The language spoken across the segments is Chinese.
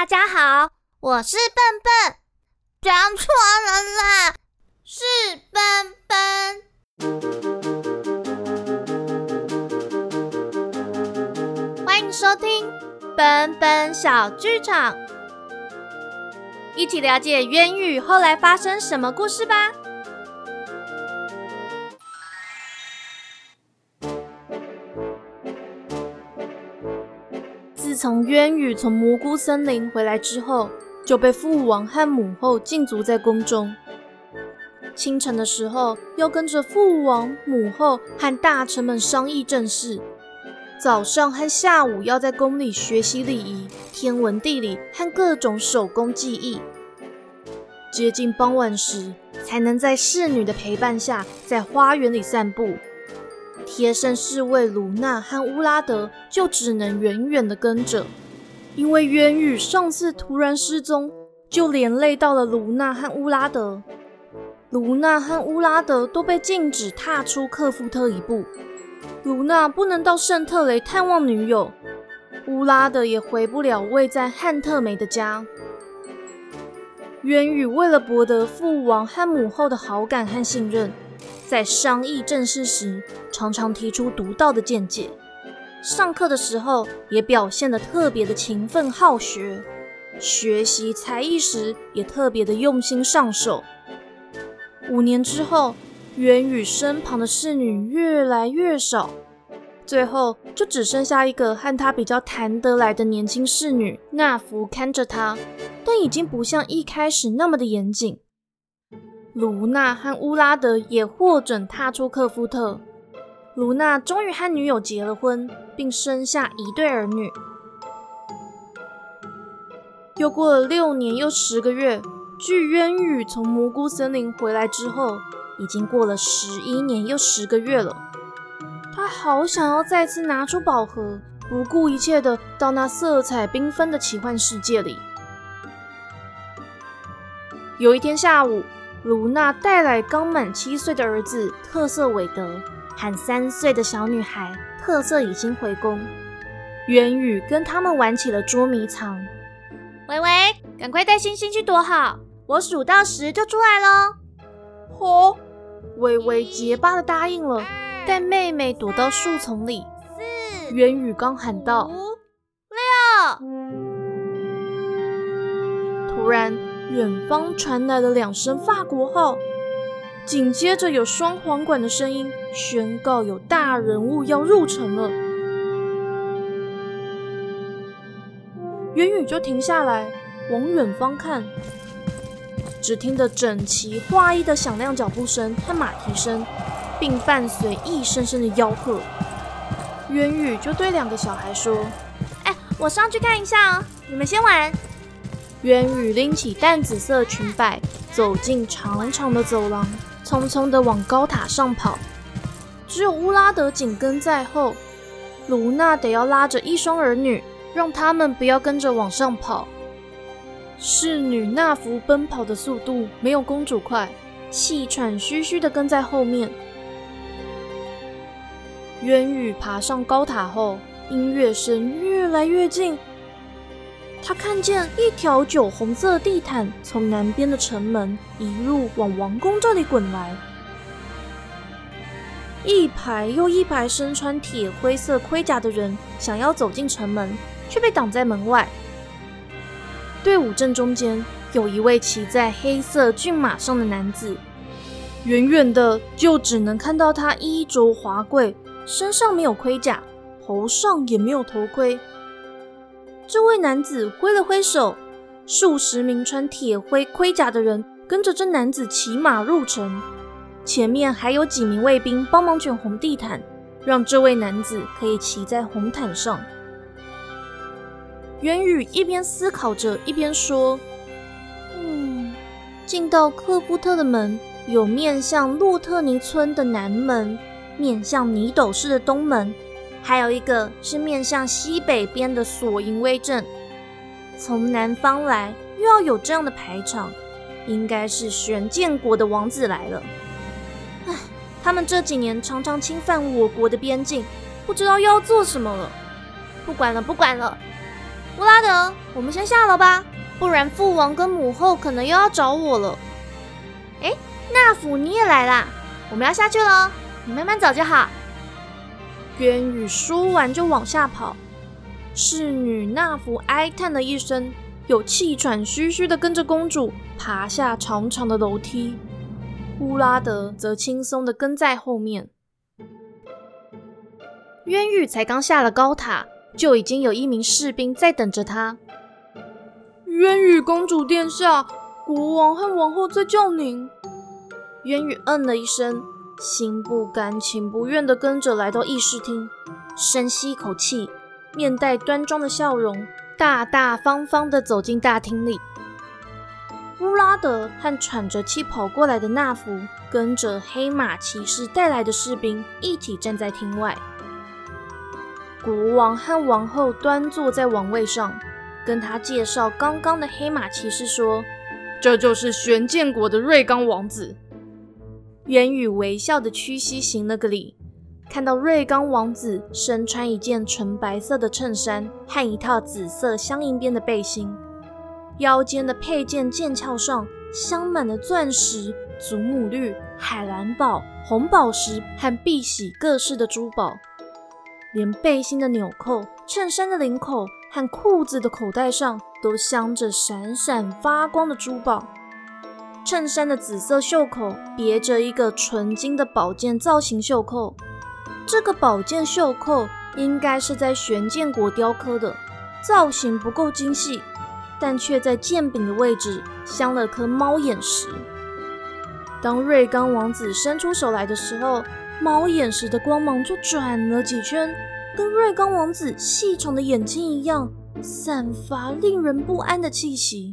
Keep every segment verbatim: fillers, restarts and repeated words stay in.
家好，我是笨笨。讲错了啦，是笨笨。欢迎收听笨笨小剧场，一起了解渊羽后来发生什么故事吧。自从渊羽从蘑菇森林回来之后，就被父王和母后禁足在宫中。清晨的时候，要跟着父王、母后和大臣们商议政事；早上和下午要在宫里学习礼仪、天文地理和各种手工技艺。接近傍晚时，才能在侍女的陪伴下在花园里散步。贴身侍卫卢娜和乌拉德就只能远远地跟着，因为渊羽上次突然失踪，就连累到了卢娜和乌拉德。卢娜和乌拉德都被禁止踏出克夫特一步。卢娜不能到圣特雷探望女友，乌拉德也回不了位在汉特梅的家。渊羽为了博得父王和母后的好感和信任，在商议政事时常常提出独到的见解，上课的时候也表现得特别的勤奋好学，学习才艺时也特别的用心上手。五年之后，渊羽身旁的侍女越来越少，最后就只剩下一个和他比较谈得来的年轻侍女纳福看着他，但已经不像一开始那么的严谨。卢娜和乌拉德也获准踏出克夫特。卢娜终于和女友结了婚，并生下一对儿女。又过了六年又十个月，距渊羽从蘑菇森林回来之后，已经过了十一年又十个月了。他好想要再次拿出宝盒，不顾一切的到那色彩缤纷的奇幻世界里。有一天下午，卢娜带来刚满七岁的儿子特瑟韦德和三岁的小女孩特瑟以欣回宫。渊羽跟他们玩起了捉迷藏。喂喂，赶快带星星去躲好，我数到十就出来咯。哦，微微结巴的答应了，带妹妹躲到树丛里。四，渊羽刚喊到五六，突然远方传来了两声法国号，紧接着有双簧管的声音宣告有大人物要入城了。渊羽就停下来往远方看，只听得整齐划一的响亮脚步声和马蹄声，并伴随一声声的吆喝。渊羽就对两个小孩说：哎，我上去看一下哦，你们先玩。渊羽拎起淡紫色裙摆，走进长长的走廊，匆匆地往高塔上跑。只有乌拉德紧跟在后，卢娜得要拉着一双儿女，让他们不要跟着往上跑。侍女纳福奔跑的速度没有公主快，气喘吁吁地跟在后面。渊羽爬上高塔后，音乐声越来越近。他看见一条酒红色的地毯从南边的城门一路往王宫这里滚来，一排又一排身穿铁灰色盔甲的人想要走进城门，却被挡在门外。队伍正中间有一位骑在黑色骏马上的男子，远远的就只能看到他衣着华贵，身上没有盔甲，头上也没有头盔。这位男子挥了挥手，数十名穿铁灰盔甲的人跟着这男子骑马入城，前面还有几名卫兵帮忙卷红地毯，让这位男子可以骑在红毯上。渊羽一边思考着，一边说：嗯，进到克夫特的门有面向洛特尼村的南门，面向尼斗市的东门，还有一个是面向西北边的索银威镇。从南方来又要有这样的排场，应该是玄剑国的王子来了。唉，他们这几年常常侵犯我国的边境，不知道又要做什么了。不管了不管了， 乌拉德，我们先下楼吧，不然父王跟母后可能又要找我了。哎，纳福你也来啦，我们要下去了，你慢慢走就好。渊羽说完就往下跑，侍女纳福哀叹了一声，有气喘吁吁的跟着公主爬下长长的楼梯。乌拉德则轻松的跟在后面。渊羽才刚下了高塔，就已经有一名士兵在等着他。渊羽公主殿下，国王和王后在叫您。渊羽嗯了一声，心不甘情不愿地跟着来到议事厅，深吸一口气，面带端庄的笑容，大大方方地走进大厅里。乌拉德和喘着气跑过来的纳福，跟着黑马骑士带来的士兵一起站在厅外。国王和王后端坐在王位上，跟他介绍刚刚的黑马骑士说：“这就是玄剑国的瑞刚王子。”渊羽微笑的屈膝行了个礼，看到瑞刚王子身穿一件纯白色的衬衫和一套紫色镶银边的背心，腰间的佩剑剑鞘上镶满了钻石、祖母绿、海蓝宝、红宝石和碧玺各式的珠宝，连背心的纽扣、衬衫的领口和裤子的口袋上都镶着闪闪发光的珠宝。衬衫的紫色袖口别着一个纯金的宝剑造型袖扣，这个宝剑袖扣应该是在玄剑国雕刻的，造型不够精细，但却在剑柄的位置镶了颗猫眼石。当瑞刚王子伸出手来的时候，猫眼石的光芒就转了几圈，跟瑞刚王子细长的眼睛一样，散发令人不安的气息。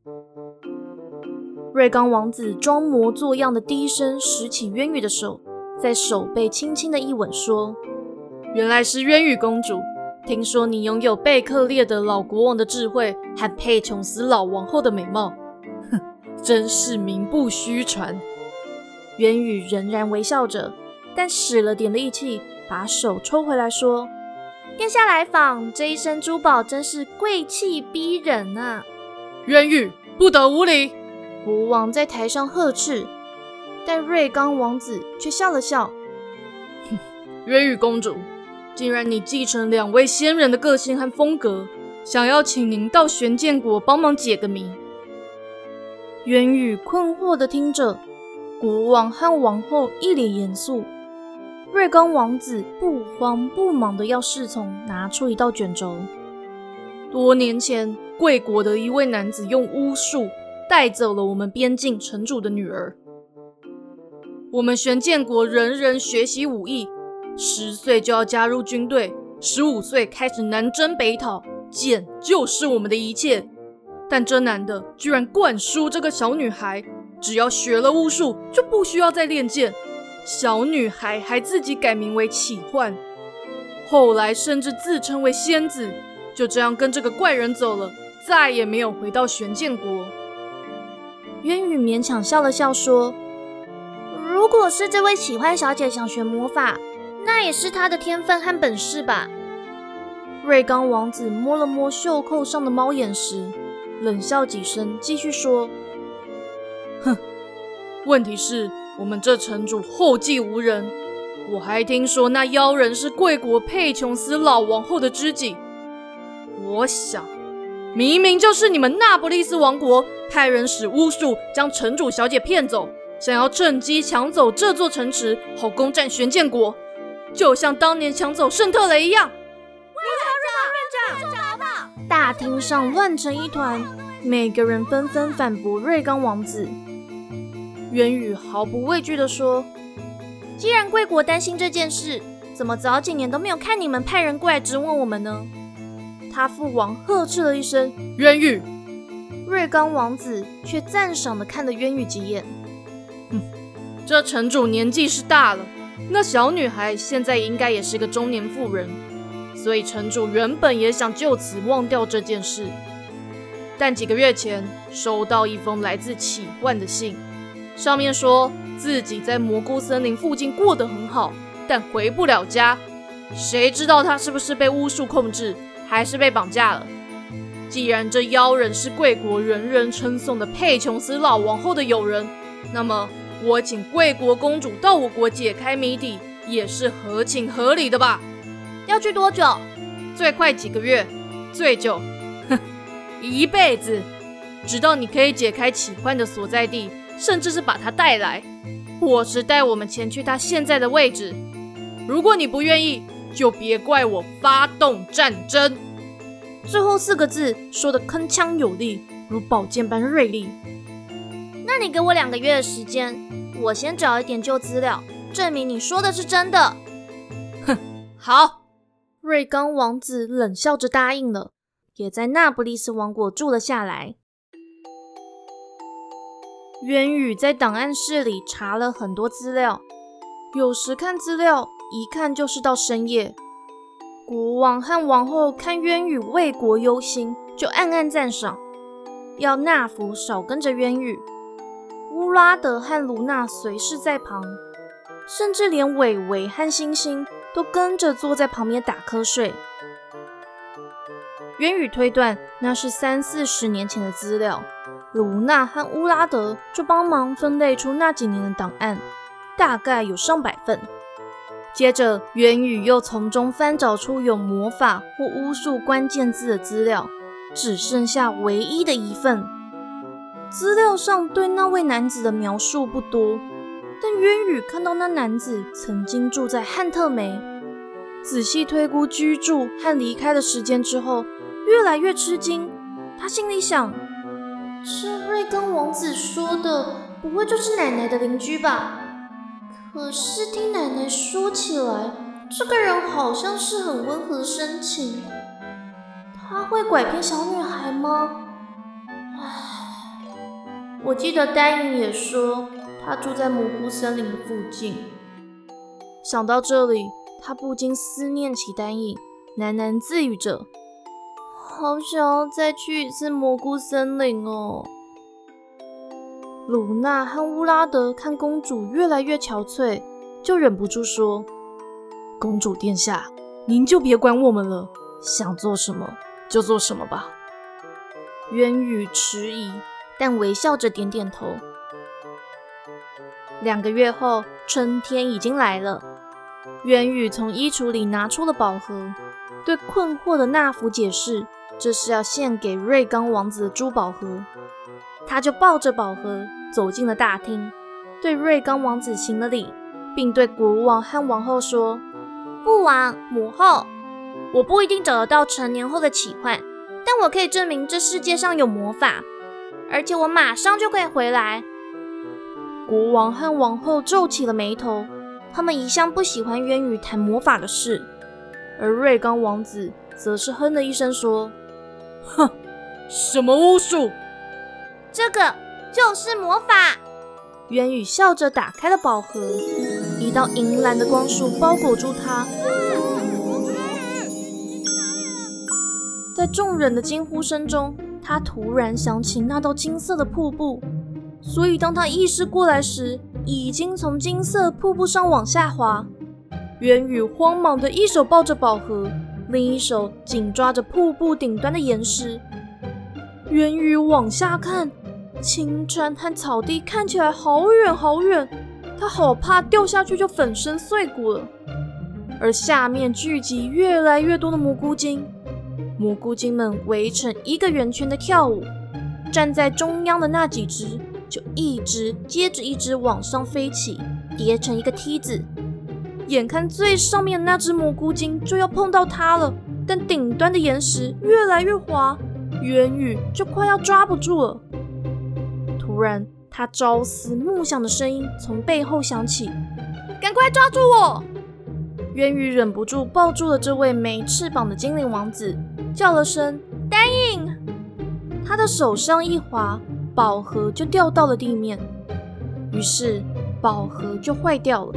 瑞刚王子装模作样的低声拾起渊羽的手，在手背轻轻的一吻，说：“原来是渊羽公主，听说你拥有贝克列的老国王的智慧和佩琼斯老王后的美貌，哼，真是名不虚传。”渊羽仍然微笑着，但使了点力气，把手抽回来说：“殿下来访，这一身珠宝真是贵气逼人啊！”渊羽不得无礼！国王在台上呵斥，但瑞刚王子却笑了笑：“哼，渊羽公主，既然你继承两位先人的个性和风格，想要请您到玄剑国帮忙解个谜。”渊羽困惑地听着，国王和王后一脸严肃，瑞刚王子不慌不忙地要侍从拿出一道卷轴。多年前，贵国的一位男子用巫术带走了我们边境城主的女儿。我们玄剑国人人学习武艺，十岁就要加入军队，十五岁开始南征北讨，剑就是我们的一切。但这男的居然灌输这个小女孩，只要学了巫术就不需要再练剑。小女孩还自己改名为启幻，后来甚至自称为仙子，就这样跟这个怪人走了，再也没有回到玄剑国。渊羽勉强笑了笑说：“如果是这位启幻小姐想学魔法，那也是她的天分和本事吧。”瑞刚王子摸了摸袖扣上的猫眼石，冷笑几声，继续说：“哼，问题是我们这城主后继无人，我还听说那妖人是贵国佩琼斯老王后的知己。我想，明明就是你们那不勒斯王国派人使巫术将城主小姐骗走，想要趁机抢走这座城池，好攻占玄剑国，就像当年抢走圣特雷一样。”院长，院长，院长！大厅上乱成一团，每个人纷纷反驳瑞刚王子。渊羽毫不畏惧地说：“既然贵国担心这件事，怎么早几年都没有看你们派人过来质问我们呢？”他父王呵斥了一声：“渊羽！”瑞刚王子却赞赏地看了渊羽几眼。哼，这城主年纪是大了，那小女孩现在应该也是个中年妇人，所以城主原本也想就此忘掉这件事。但几个月前收到一封来自启幻的信，上面说自己在蘑菇森林附近过得很好，但回不了家。谁知道他是不是被巫术控制，还是被绑架了？ 既然这妖人是贵国人人称颂的佩琼斯老王后的友人，那么我请贵国公主到我国解开谜底，也是合情合理的吧？ 要去多久？ 最快几个月，最久，哼，一辈子，直到你可以解开奇幻的所在地，甚至是把他带来，或是带我们前去他现在的位置。如果你不愿意，就别怪我发动战争。最后四个字说得铿锵有力，如宝剑般锐利。 那你给我两个月的时间，我先找一点旧资料，证明你说的是真的。 哼，好。 瑞刚王子冷笑着答应了，也在那不勒斯王国住了下来。 渊羽在档案室里查了很多资料，有时看资料一看就是到深夜。国王和王后看渊羽为国忧心，就暗暗赞赏，要纳福少跟着渊羽。乌拉德和卢娜随侍在旁，甚至连伟伟和星星都跟着坐在旁边打瞌睡。渊羽推断那是三四十年前的资料，卢娜和乌拉德就帮忙分类出那几年的档案，大概有上百份。接着渊羽又从中翻找出有魔法或巫术关键字的资料，只剩下唯一的一份。资料上对那位男子的描述不多，但渊羽看到那男子曾经住在汉特梅，仔细推估居住和离开的时间之后，越来越吃惊。他心里想， 这瑞刚王子说的不会就是奶奶的邻居吧？可是听奶奶说起来，这个人好像是很温和深情，他会拐骗小女孩吗？唉，我记得丹影也说他住在蘑菇森林的附近。 想到这里，他不禁思念起丹影，喃喃自语着，好想要再去一次蘑菇森林哦。鲁娜和乌拉德看公主越来越憔悴，就忍不住说，公主殿下，您就别管我们了，想做什么就做什么吧。渊羽迟疑，但微笑着点点头。两个月后，春天已经来了。渊羽从衣橱里拿出了宝盒，对困惑的纳福解释，这是要献给瑞刚王子的珠宝盒。他就抱着宝盒走进了大厅，对瑞刚王子行了礼，并对国王和王后说， 父王、母后，我不一定找得到成年后的奇幻，但我可以证明这世界上有魔法，而且我马上就可以回来。 国王和王后皱起了眉头，他们一向不喜欢渊羽谈魔法的事，而瑞刚王子则是哼了一声说，哼，什么巫术？ 这个就是魔法。 渊羽笑着打开了宝盒，一道银蓝的光束包裹住它。在众人的惊呼声中，他突然想起那道金色的瀑布，所以当他意识过来时，已经从金色瀑布上往下滑。渊羽慌忙的一手抱着宝盒，另一手紧抓着瀑布顶端的岩石。渊羽往下看，青川和草地看起来好远好远，他好怕掉下去就粉身碎骨了。而下面聚集越来越多的蘑菇精，蘑菇精们围成一个圆圈的跳舞，站在中央的那几只就一只接着一只往上飞起，叠成一个梯子。眼看最上面的那只蘑菇精就要碰到它了，但顶端的岩石越来越滑，渊羽就快要抓不住了。突然，他朝思暮想的声音从背后响起，赶快抓住我！渊羽忍不住抱住了这位没翅膀的精灵王子，叫了声丹影。他的手上一滑，宝盒就掉到了地面，于是宝盒就坏掉了。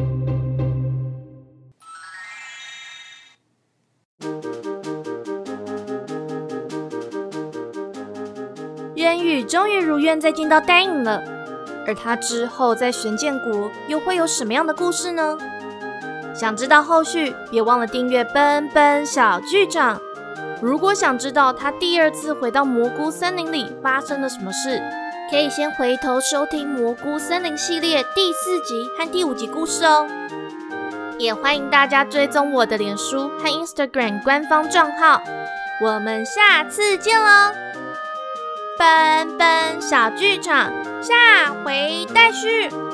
渊羽终于如愿再见到丹影了，而他之后在玄剑国又会有什么样的故事呢？想知道后续，别忘了订阅奔奔小剧场。 如果想知道他第二次回到蘑菇森林里发生了什么事，可以先回头收听蘑菇森林系列第四集和第五集故事哦。也欢迎大家追踪我的脸书和 Instagram 官方账号，我们下次见喽！本本小剧场下回待续。